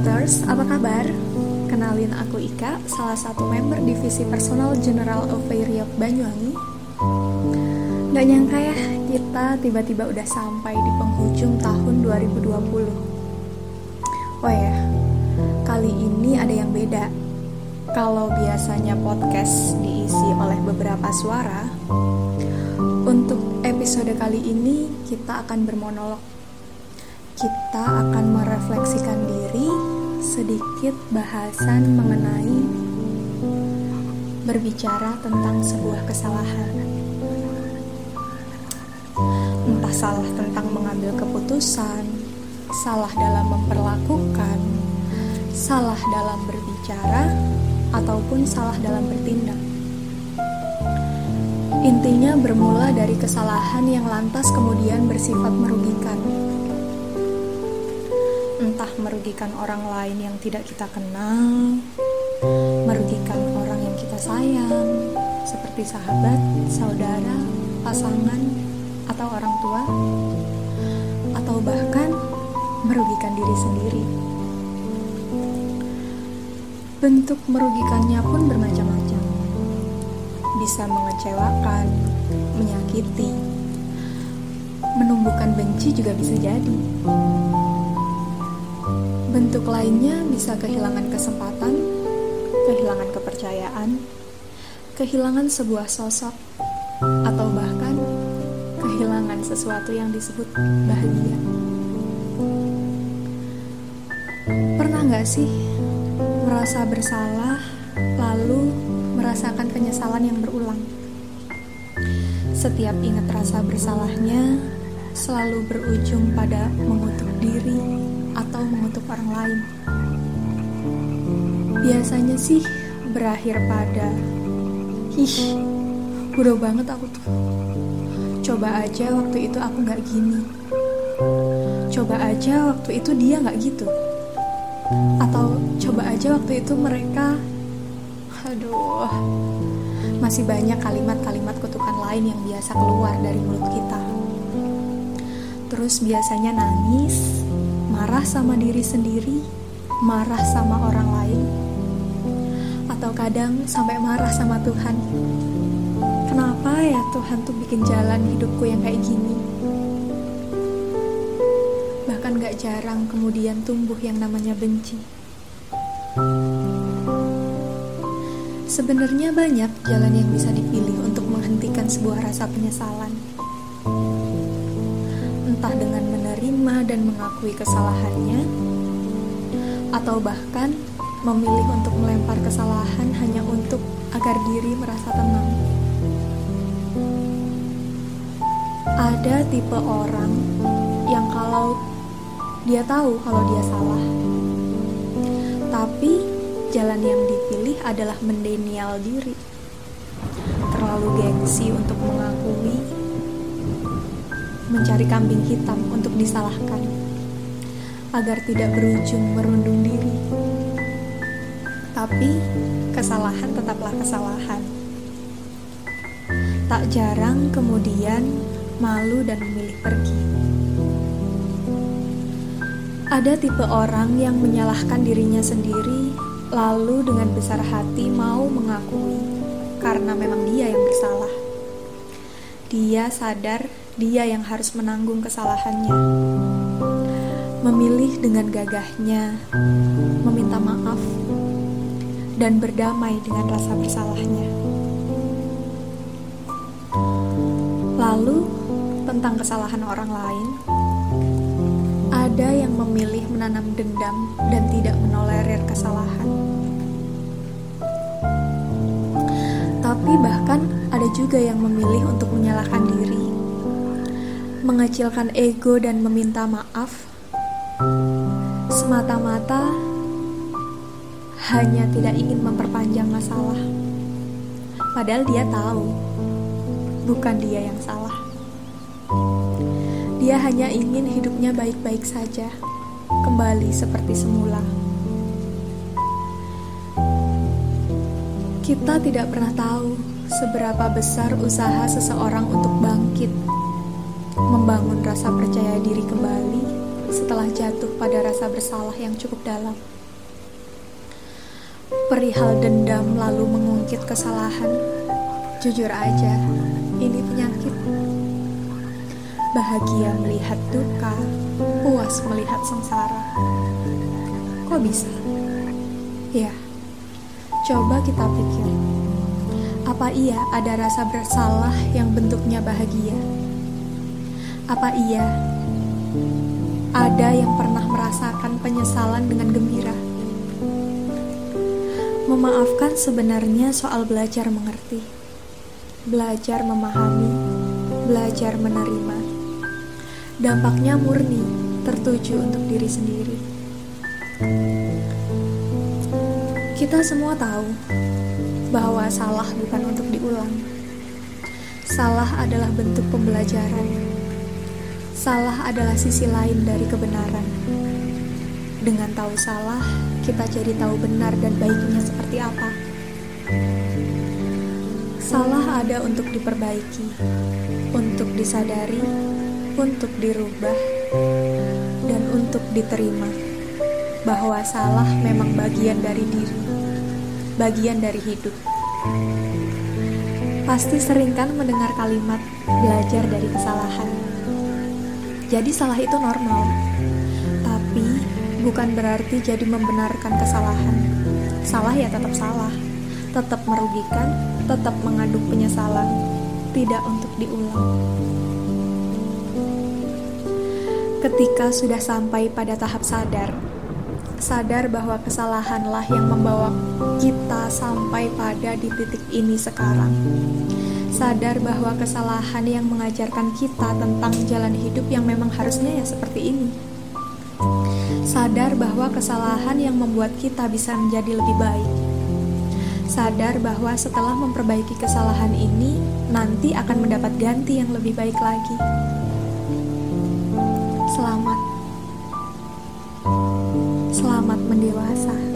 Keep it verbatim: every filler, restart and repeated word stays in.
Podcasters, apa kabar? Kenalin aku Ika, salah satu member divisi personal General of Fairyop Banyuwangi. Gak nyangka ya, kita tiba-tiba udah sampai di penghujung tahun dua ribu dua puluh. Oh ya, kali ini ada yang beda. Kalau biasanya podcast diisi oleh beberapa suara, untuk episode kali ini kita akan bermonolog. Kita akan merefleksikan diri, sedikit bahasan mengenai berbicara tentang sebuah kesalahan. Entah salah tentang mengambil keputusan, salah dalam memperlakukan, salah dalam berbicara, ataupun salah dalam bertindak. Intinya bermula dari kesalahan yang lantas kemudian bersifat merugikan. Entah merugikan orang lain yang tidak kita kenal, merugikan orang yang kita sayang, seperti sahabat, saudara, pasangan, atau orang tua, atau bahkan merugikan diri sendiri. Bentuk merugikannya pun bermacam-macam. Bisa mengecewakan, menyakiti, menumbuhkan benci juga bisa jadi. Bentuk lainnya bisa kehilangan kesempatan, kehilangan kepercayaan, kehilangan sebuah sosok, atau bahkan kehilangan sesuatu yang disebut bahagia. Pernah gak sih merasa bersalah, lalu merasakan penyesalan yang berulang? Setiap ingat rasa bersalahnya, selalu berujung pada mengutuk diri atau mengutuk orang lain. Biasanya sih berakhir pada, ih, bodoh banget aku tuh. Coba aja waktu itu aku gak gini. Coba aja waktu itu dia gak gitu. Atau coba aja waktu itu mereka, aduh, masih banyak kalimat-kalimat kutukan lain yang biasa keluar dari mulut kita. Terus biasanya nangis, marah sama diri sendiri, marah sama orang lain, atau kadang sampai marah sama Tuhan. Kenapa ya Tuhan tuh bikin jalan hidupku yang kayak gini? Bahkan gak jarang kemudian tumbuh yang namanya benci. Sebenarnya banyak jalan yang bisa dipilih untuk menghentikan sebuah rasa penyesalan. Entah dengan menerima dan mengakui kesalahannya, atau bahkan memilih untuk melempar kesalahan hanya untuk agar diri merasa tenang. Ada tipe orang yang kalau dia tahu kalau dia salah, tapi jalan yang dipilih adalah mendenial diri, terlalu gengsi untuk mengakui, mencari kambing hitam untuk disalahkan, agar tidak berujung merundung diri. Tapi kesalahan tetaplah kesalahan. Tak jarang kemudian malu dan memilih pergi. Ada tipe orang yang menyalahkan dirinya sendiri, lalu dengan besar hati mau mengakui karena memang dia yang bersalah. Dia sadar dia yang harus menanggung kesalahannya. Memilih dengan gagahnya meminta maaf dan berdamai dengan rasa bersalahnya. Lalu tentang kesalahan orang lain, ada yang memilih menanam dendam dan tidak menolerir kesalahan. Tapi bahkan ada juga yang memilih untuk menyalahkan diri, mengecilkan ego dan meminta maaf, semata-mata hanya tidak ingin memperpanjang masalah. Padahal dia tahu, bukan dia yang salah. Dia hanya ingin hidupnya baik-baik saja, kembali seperti semula. Kita tidak pernah tahu seberapa besar usaha seseorang untuk bangkit, membangun rasa percaya diri kembali setelah jatuh pada rasa bersalah yang cukup dalam. perihal dendam lalu mengungkit kesalahan. Jujur aja, ini penyakit. Bahagia melihat duka, puas melihat sengsara. Kok bisa? Ya, coba kita pikir. Apa iya ada rasa bersalah yang bentuknya bahagia? Apa iya ada yang pernah merasakan penyesalan dengan gembira? Memaafkan sebenarnya soal belajar mengerti, belajar memahami, belajar menerima. Dampaknya murni, tertuju untuk diri sendiri. Kita semua tahu bahwa salah bukan untuk diulang. Salah adalah bentuk pembelajaran. Salah adalah sisi lain dari kebenaran. Dengan tahu salah, kita jadi tahu benar dan baiknya seperti apa. Salah ada untuk diperbaiki, untuk disadari, untuk dirubah, dan untuk diterima. Bahwa salah memang bagian dari diri, bagian dari hidup. Pasti sering kan mendengar kalimat belajar dari kesalahan. Jadi salah itu normal, tapi bukan berarti jadi membenarkan kesalahan. Salah ya tetap salah, tetap merugikan, tetap mengandung penyesalan, tidak untuk diulang. Ketika sudah sampai pada tahap sadar, sadar bahwa kesalahanlah yang membawa kita sampai pada di titik ini sekarang. Sadar bahwa kesalahan yang mengajarkan kita tentang jalan hidup yang memang harusnya ya seperti ini. Sadar bahwa kesalahan yang membuat kita bisa menjadi lebih baik. Sadar bahwa setelah memperbaiki kesalahan ini, nanti akan mendapat ganti yang lebih baik lagi. Selamat. Selamat mendewasa.